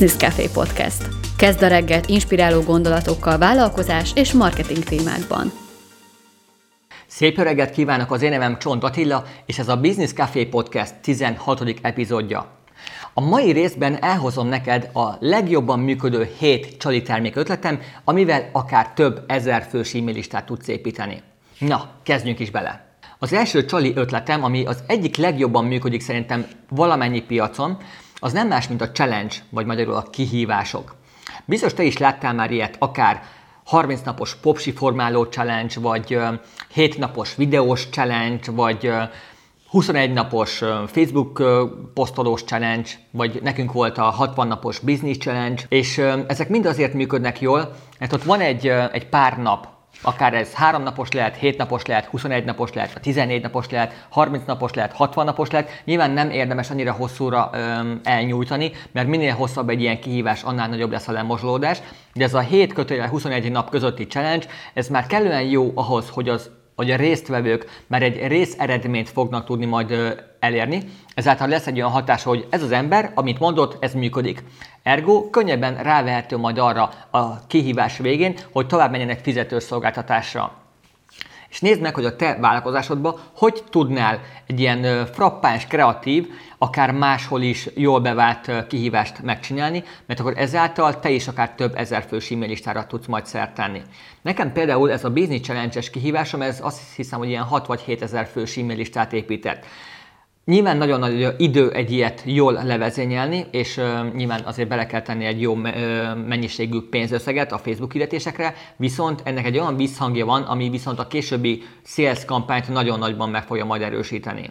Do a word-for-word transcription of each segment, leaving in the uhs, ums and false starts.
Business Café Podcast. Kezd a reggelt inspiráló gondolatokkal vállalkozás és marketing témákban. Szép jó reggelt kívánok, az én nevem Csont Attila, és ez a Business Café Podcast tizenhatodik epizódja. A mai részben elhozom neked a legjobban működő hét csali termék ötletem, amivel akár több ezer fős e-mail listát tudsz építeni. Na, kezdjünk is bele! Az első csali ötletem, ami az egyik legjobban működik szerintem valamennyi piacon, az nem más, mint a challenge, vagy magyarul a kihívások. Biztos te is láttál már ilyet, akár harminc napos popsi formáló challenge, vagy hét napos videós challenge, vagy huszonegy napos Facebook posztolós challenge, vagy nekünk volt a hatvan napos business challenge, és ezek mind azért működnek jól, mert ott van egy, egy pár nap, akár ez három napos lehet, hét napos lehet, huszonegy napos lehet, tizennégy napos lehet, harminc napos lehet, hatvan napos lehet. Nyilván nem érdemes annyira hosszúra öm, elnyújtani, mert minél hosszabb egy ilyen kihívás, annál nagyobb lesz a lemozsolódás. De ez a hét kötőjel huszonegy nap közötti challenge, ez már kellően jó ahhoz, hogy az hogy a résztvevők már egy rész eredményt fognak tudni majd ö, elérni. Ezáltal lesz egy olyan hatás, hogy ez az ember, amit mondott, ez működik. Ergo könnyebben rávehető majd arra a kihívás végén, hogy tovább menjenek fizetős szolgáltatásra. És nézd meg, hogy a te vállalkozásodban hogy tudnál egy ilyen frappáns, kreatív, akár máshol is jól bevált kihívást megcsinálni, mert akkor ezáltal te is akár több ezer fős e-mail listára tudsz majd szert tenni. Nekem például ez a Business Challenge-es kihívásom, ez azt hiszem, hogy ilyen hat vagy hét ezer fős e-mail listát épített. Nyilván nagyon nagy idő egy ilyet jól levezényelni, és uh, nyilván azért bele kell tenni egy jó uh, mennyiségű pénzösszeget a Facebook hirdetésekre, viszont ennek egy olyan visszhangja van, ami viszont a későbbi sales kampányt nagyon nagyban meg fogja majd erősíteni.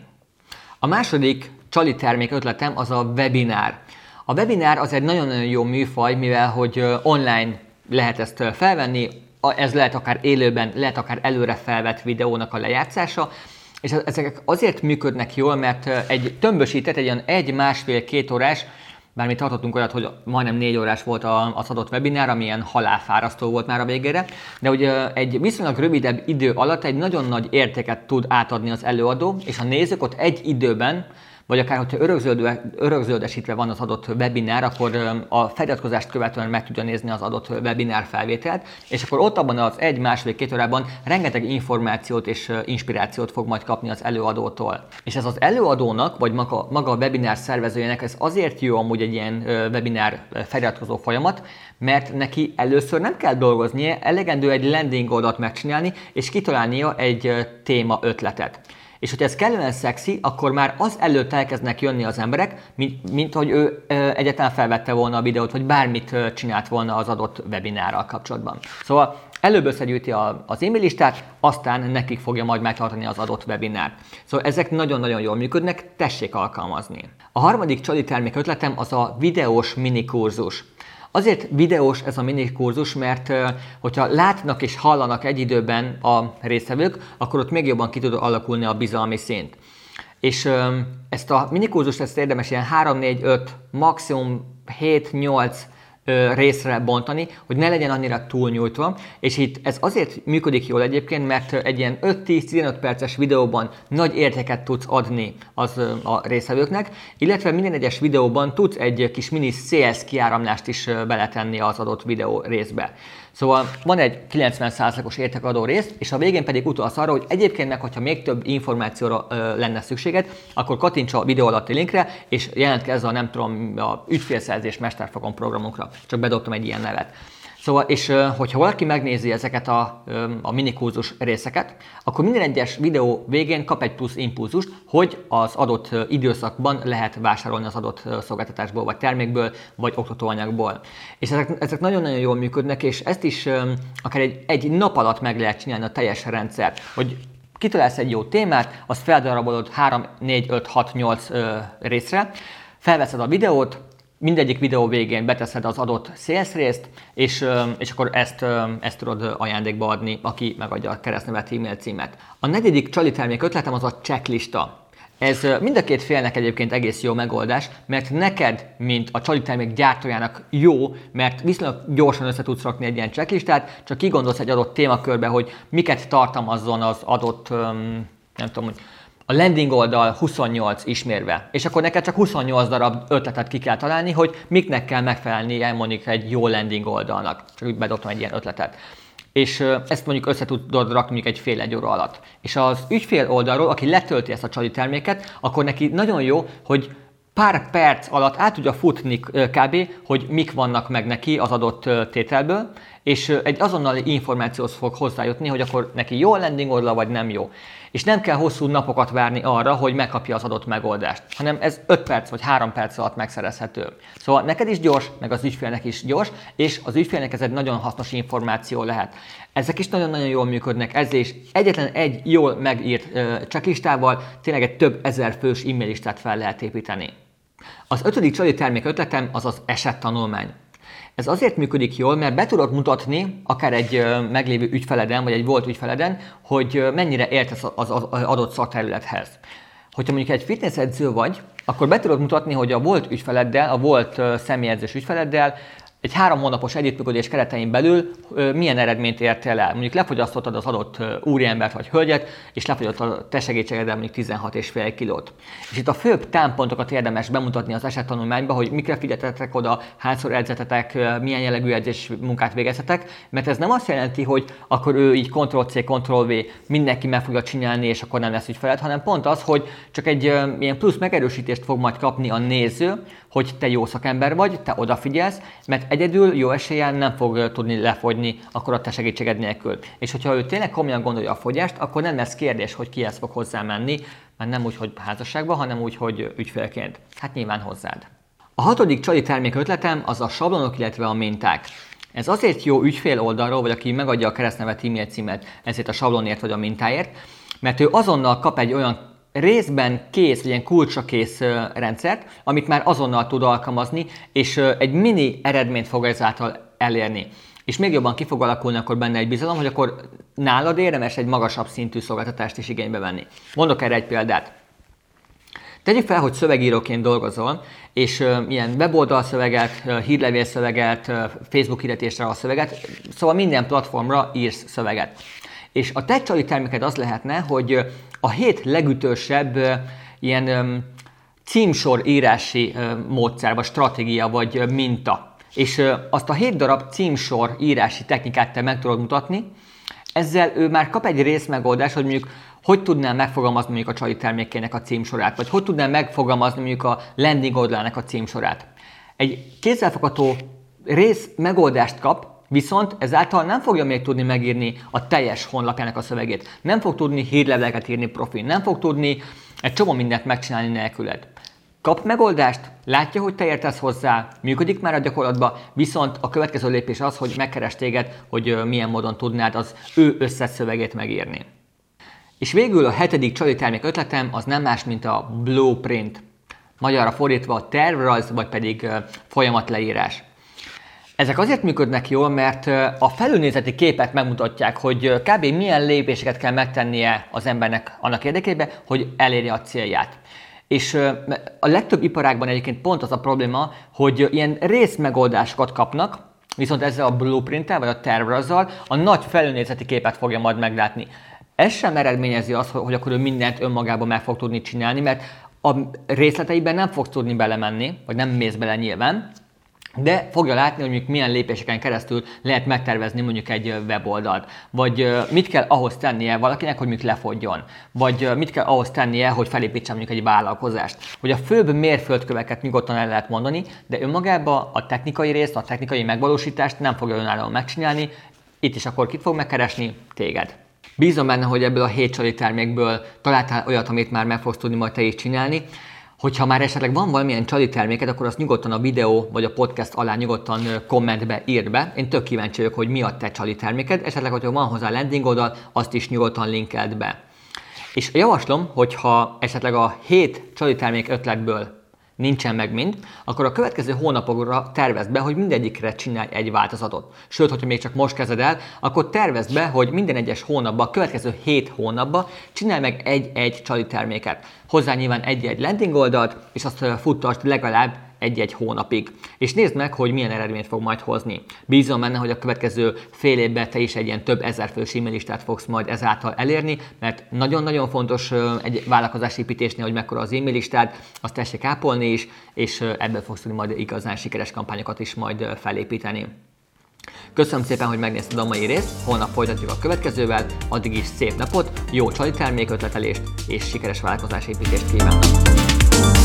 A második csali termék ötletem az a webinár. A webinár az egy nagyon-nagyon jó műfaj, mivel hogy uh, online lehet ezt felvenni, ez lehet akár élőben, lehet akár előre felvett videónak a lejátszása, és ezek azért működnek jól, mert egy tömbösített, egy olyan egy, másfél, két órás, bár mi tartottunk olyat, hogy majdnem négy órás volt az adott webinár, ami ilyen halálfárasztó volt már a végére, de hogy egy viszonylag rövidebb idő alatt egy nagyon nagy értéket tud átadni az előadó, és a nézők ott egy időben, vagy akár, hogyha örökzöldesítve van az adott webinár, akkor a feliratkozást követően meg tudja nézni az adott webinár felvételt, és akkor ott abban az egy, másfél, két órában rengeteg információt és inspirációt fog majd kapni az előadótól. És ez az előadónak, vagy maga, maga a webinár szervezőjének ez azért jó amúgy egy ilyen webinár feliratkozó folyamat, mert neki először nem kell dolgoznia, elegendő egy landing oldalt megcsinálni, és kitalálnia egy téma ötletet. És hogyha ez kellően szexi, akkor már az előtt elkezdnek jönni az emberek, mint, mint hogy ő egyáltalán felvette volna a videót, vagy bármit csinált volna az adott webinárral kapcsolatban. Szóval előbb összegyűjti az e-mail listát, aztán nekik fogja majd megtartani az adott webinárt. Szóval ezek nagyon-nagyon jól működnek, tessék alkalmazni. A harmadik csali termék ötletem az a videós minikurzus. Azért videós ez a minikurzus, mert hogyha látnak és hallanak egy időben a résztvevők, akkor ott még jobban ki tud alakulni a bizalmi szint. És ezt a minikurzust ezt érdemes ilyen három, négy, öt, maximum hét, nyolc részre bontani, hogy ne legyen annyira túlnyújtva, és itt ez azért működik jól egyébként, mert egy ilyen öt-tíz-tizenöt perces videóban nagy értéket tudsz adni az a résztvevőknek, illetve minden egyes videóban tudsz egy kis mini sales kiáramlást is beletenni az adott videó részbe. Szóval van egy kilencven százalékos értékadó rész, és a végén pedig utalsz arra, hogy egyébként meg, hogyha még több információra ö, lenne szükséged, akkor kattints a videó alatti linkre, és jelentkezz a nem tudom, a ügyfélszerzés mesterfokon programunkra. Csak bedobtam egy ilyen nevet. Szóval, és hogyha valaki megnézi ezeket a, a minikurzus részeket, akkor minden egyes videó végén kap egy plusz impulzust, hogy az adott időszakban lehet vásárolni az adott szolgáltatásból, vagy termékből, vagy oktatóanyagból. És ezek, ezek nagyon-nagyon jól működnek, és ezt is akár egy, egy nap alatt meg lehet csinálni a teljes rendszert, hogy kitalálsz egy jó témát, azt feldarabolod három, négy, öt, hat, nyolc részre, felveszed a videót, mindegyik videó végén beteszed az adott sales részt, és, és akkor ezt, ezt tudod ajándékba adni, aki megadja a keresztnevet, e-mail címet. A negyedik csali termék ötletem az a checklista. Ez mind a két félnek egyébként egész jó megoldás, mert neked, mint a csali termék gyártójának jó, mert viszonylag gyorsan össze tudsz rakni egy ilyen checklistát, csak kigondolsz egy adott témakörbe, hogy miket tartalmazzon az adott, nem tudom, hogy a landing oldal huszonnyolc ismérve, és akkor neked csak huszonnyolc darab ötletet ki kell találni, hogy miknek kell megfelelnie mondjuk egy jó landing oldalnak. Csak úgy bedobtam egy ilyen ötletet. És ezt mondjuk össze tudod rakni mondjuk egy fél-egy óra alatt. És az ügyfél oldalról, aki letölti ezt a csali terméket, akkor neki nagyon jó, hogy pár perc alatt át tudja futni kb., hogy mik vannak meg neki az adott tételből, és egy azonnali információhoz fog hozzájutni, hogy akkor neki jó a landing oldal, vagy nem jó. És nem kell hosszú napokat várni arra, hogy megkapja az adott megoldást, hanem ez öt perc vagy három perc alatt megszerezhető. Szóval neked is gyors, meg az ügyfélnek is gyors, és az ügyfélnek ez egy nagyon hasznos információ lehet. Ezek is nagyon-nagyon jól működnek, ezzel is egyetlen egy jól megírt checklistával tényleg egy több ezer fős e-mail listát fel lehet építeni. Az ötödik csali termék ötletem az az esettanulmány. Ez azért működik jól, mert be tudod mutatni akár egy meglévő ügyfeleden, vagy egy volt ügyfeleden, hogy mennyire értesz az adott szakterülethez. Hogyha mondjuk egy fitness edző vagy, akkor be tudod mutatni, hogy a volt ügyfeleddel, a volt személyedzős ügyfeleddel egy három hónapos együttműködés keretein belül milyen eredményt értél el. Mondjuk lefogyasztottad az adott úriembert vagy hölgyet, és lefogyott a te segítségeddel mondjuk tizenhat egész öt kilót. És itt a főbb támpontokat érdemes bemutatni az esettanulmányba, hogy mikre figyeltetek oda, hányszor edzetetek, milyen jellegű edzés munkát végeztetek, mert ez nem azt jelenti, hogy akkor ő így kontroll C, kontroll V mindenki meg fogja csinálni, és akkor nem lesz ügyfeled, hanem pont az, hogy csak egy ilyen plusz megerősítést fog majd kapni a néző, hogy te jó szakember vagy, te odafigyelsz, mert egyedül jó eséllyel nem fog tudni lefogyni akkor a te segítséged nélkül. És hogyha ő tényleg komolyan gondolja a fogyást, akkor nem lesz kérdés, hogy kihez fog hozzá menni, mert nem úgy, hogy házasságban, hanem úgy, hogy ügyfélként. Hát nyilván hozzád. A hatodik csali termék ötletem az a sablonok, illetve a minták. Ez azért jó ügyfél oldalról, vagy aki megadja a keresztnevet, e-mail címet ezért a sablonért vagy a mintáért, mert ő azonnal kap egy olyan részben kész, vagy ilyen kulcsra kész rendszert, amit már azonnal tud alkalmazni, és egy mini eredményt fog ezáltal elérni. És még jobban ki fog alakulni akkor benne egy bizalom, hogy akkor nálad érdemes egy magasabb szintű szolgáltatást is igénybe venni. Mondok erre egy példát. Tegyük fel, hogy szövegíróként dolgozol, és uh, ilyen weboldalszöveget, uh, hírlevélszöveget, uh, Facebook hirdetésre a szöveget, szóval minden platformra írsz szöveget. És a te csali terméked az lehetne, hogy uh, a hét legütősebb uh, ilyen um, címsor írási uh, módszer, vagy stratégia, vagy uh, minta. És uh, azt a hét darab címsor írási technikát te meg tudod mutatni, ezzel ő már kap egy részmegoldást, hogy mondjuk hogy tudnám megfogalmazni mondjuk a csali termékének a címsorát, vagy hogy tudnám megfogalmazni mondjuk a landing oldalának a címsorát. Egy kézzelfogható rész megoldást kap, viszont ezáltal nem fogja még tudni megírni a teljes honlapjának a szövegét. Nem fog tudni hírleveleket írni profin, nem fog tudni egy csomó mindent megcsinálni nélküled. Kap megoldást, látja, hogy te értesz hozzá, működik már a gyakorlatban, viszont a következő lépés az, hogy megkeres téged, hogy milyen módon tudnád az ő összes szövegét megírni. És végül a hetedik csali termék ötletem az nem más, mint a blueprint. Magyarra fordítva a tervrajz, vagy pedig folyamatleírás. Ezek azért működnek jól, mert a felülnézeti képet megmutatják, hogy kb. Milyen lépéseket kell megtennie az embernek annak érdekében, hogy elérje a célját. És a legtöbb iparágban egyébként pont az a probléma, hogy ilyen részmegoldásokat kapnak, viszont ezzel a blueprinttel vagy a tervrajzzal a nagy felülnézeti képet fogja majd meglátni. Ez sem eredményezi azt, hogy akkor ő mindent önmagában meg fog tudni csinálni, mert a részleteiben nem fogsz tudni belemenni, vagy nem mész bele nyilván, de fogja látni, hogy mondjuk milyen lépéseken keresztül lehet megtervezni mondjuk egy weboldalt, vagy mit kell ahhoz tennie valakinek, hogy mondjuk lefogjon, vagy mit kell ahhoz tennie, hogy felépítsen mondjuk egy vállalkozást. Hogy a főbb mérföldköveket nyugodtan el lehet mondani, de önmagában a technikai részt, a technikai megvalósítást nem fogja önállóan megcsinálni, itt is akkor kit fog megkeresni? Téged. Bízom benne, hogy ebből a hét csali termékből találtál olyat, amit már meg fogsz tudni majd te is csinálni. Hogyha már esetleg van valamilyen csali terméket, akkor azt nyugodtan a videó vagy a podcast alá nyugodtan kommentbe írd be. Én tök kíváncsi vagyok, hogy mi a te csali terméked, esetleg, hogyha van hozzá landing oldal, azt is nyugodtan linkeld be. És javaslom, hogyha esetleg a hét csali termék ötletből nincsen meg mind, akkor a következő hónapokra tervezd be, hogy mindegyikre csinálj egy változatot. Sőt, hogyha még csak most kezded el, akkor tervezd be, hogy minden egyes hónapban, a következő hét hónapban csinálj meg egy-egy csali terméket. Hozzá nyilván egy-egy landing oldalt, és azt futtasd legalább egy-egy hónapig. És nézd meg, hogy milyen eredményt fog majd hozni. Bízom benne, hogy a következő fél évben te is egy ilyen több ezer fős e-mail listát fogsz majd ezáltal elérni, mert nagyon-nagyon fontos egy vállalkozásépítésnél, hogy mekkora az e-mail listád, azt tessék ápolni is, és ebből fogsz tudni majd igazán sikeres kampányokat is majd felépíteni. Köszönöm szépen, hogy megnézted a mai részt, holnap folytatjuk a következővel, addig is szép napot, jó csali termékötletelést és sikeres vállalkozásépítést kívánok!